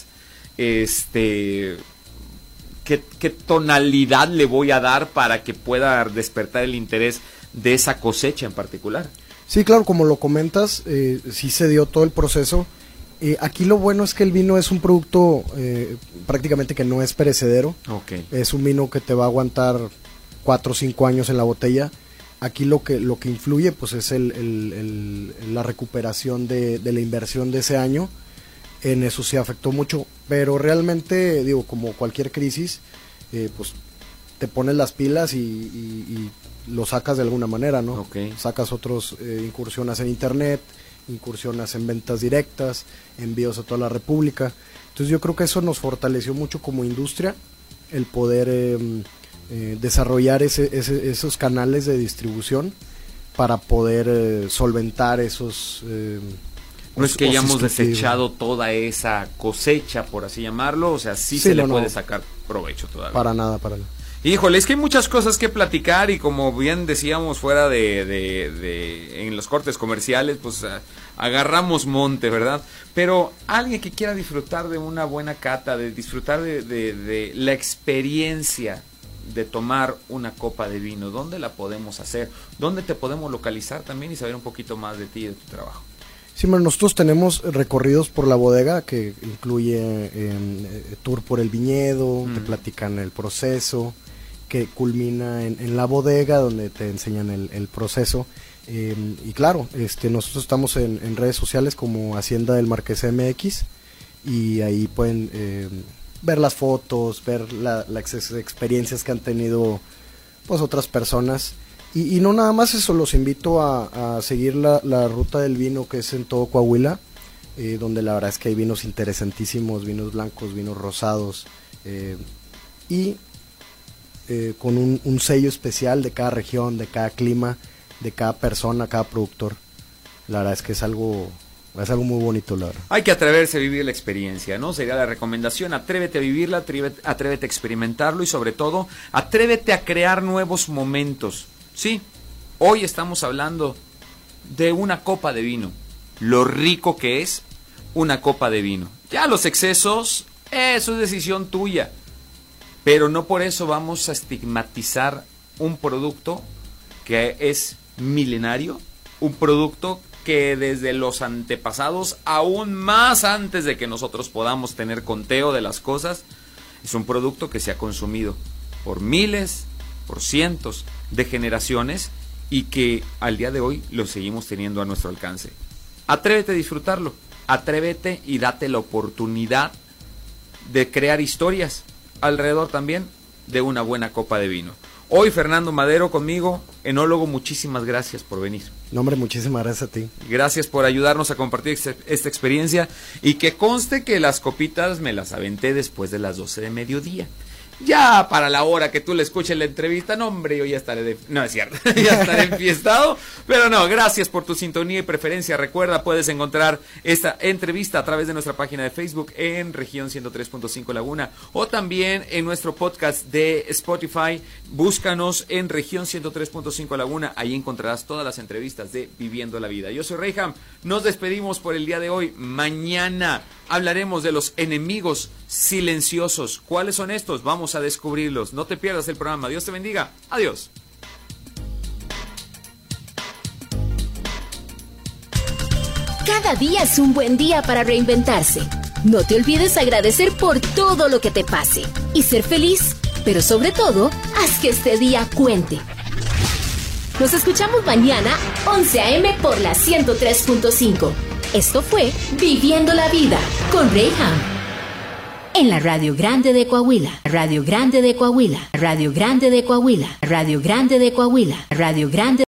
este, ¿qué, qué tonalidad le voy a dar para que pueda despertar el interés de esa cosecha en particular? Sí, claro, como lo comentas, eh, sí se dio todo el proceso. Eh, aquí lo bueno es que el vino es un producto eh, prácticamente que no es perecedero. Okay. Es un vino que te va a aguantar cuatro o cinco años en la botella. Aquí lo que lo que influye pues es el, el, el, la recuperación de, de la inversión de ese año. En eso se afectó mucho, pero realmente, digo, como cualquier crisis, eh, pues te pones las pilas y, y, y lo sacas de alguna manera, ¿no? Okay. Sacas otros, eh, incursionas en internet, incursionas en ventas directas, envíos a toda la república. Entonces yo creo que eso nos fortaleció mucho como industria, el poder eh, eh, desarrollar ese, ese, esos canales de distribución para poder eh, solventar esos... Eh, no es que hayamos desechado toda esa cosecha, por así llamarlo, o sea, sí, sí se no, le puede no. sacar provecho todavía. Para nada, para nada. Híjole, es que hay muchas cosas que platicar y como bien decíamos fuera de, de, de en los cortes comerciales, pues a, agarramos monte, ¿verdad? Pero alguien que quiera disfrutar de una buena cata, de disfrutar de, de, de la experiencia de tomar una copa de vino, ¿dónde la podemos hacer? ¿Dónde te podemos localizar también y saber un poquito más de ti y de tu trabajo? Sí, bueno, nosotros tenemos recorridos por la bodega que incluye eh, tour por el viñedo, mm. te platican el proceso, que culmina en, en la bodega donde te enseñan el, el proceso. Eh, y claro, este nosotros estamos en, en redes sociales como Hacienda del Marqués M X y ahí pueden eh, ver las fotos, ver la, las experiencias que han tenido pues otras personas. Y, y no nada más eso, los invito a, a seguir la, la ruta del vino que es en todo Coahuila, eh, donde la verdad es que hay vinos interesantísimos, vinos blancos, vinos rosados, eh, y eh, con un, un sello especial de cada región, de cada clima, de cada persona, cada productor. La verdad es que es algo... Es algo muy bonito, la verdad. Hay que atreverse a vivir la experiencia, ¿no? Sería la recomendación. Atrévete a vivirla, atrévete, atrévete a experimentarlo y sobre todo, atrévete a crear nuevos momentos. Sí, hoy estamos hablando de una copa de vino. Lo rico que es una copa de vino. Ya los excesos, eso es decisión tuya. Pero no por eso vamos a estigmatizar un producto que es milenario, un producto que desde los antepasados, aún más antes de que nosotros podamos tener conteo de las cosas, es un producto que se ha consumido por miles, por cientos de generaciones y que al día de hoy lo seguimos teniendo a nuestro alcance. Atrévete a disfrutarlo, atrévete y date la oportunidad de crear historias alrededor también de una buena copa de vino. Hoy Fernando Madero conmigo, enólogo, muchísimas gracias por venir. No, hombre, muchísimas gracias a ti. Gracias por ayudarnos a compartir esta experiencia y que conste que las copitas me las aventé después de las doce de mediodía. Ya para la hora que tú le escuches la entrevista, no hombre, yo ya estaré de... No, es cierto, ya estaré enfiestado, pero no, gracias por tu sintonía y preferencia. Recuerda, puedes encontrar esta entrevista a través de nuestra página de Facebook en Región ciento tres punto cinco Laguna o también en nuestro podcast de Spotify. Búscanos en Región ciento tres punto cinco Laguna, ahí encontrarás todas las entrevistas de Viviendo la Vida. Yo soy Reyham, nos despedimos por el día de hoy. Mañana hablaremos de los enemigos silenciosos. ¿Cuáles son estos? Vamos a descubrirlos. No te pierdas el programa. Dios te bendiga. Adiós. Cada día es un buen día para reinventarse. No te olvides agradecer por todo lo que te pase y ser feliz, pero sobre todo, haz que este día cuente. Nos escuchamos mañana, once a eme por la ciento tres punto cinco. Esto fue Viviendo la Vida con Reyham. En la Radio Grande de Coahuila, Radio Grande de Coahuila, Radio Grande de Coahuila, Radio Grande de Coahuila, Radio Grande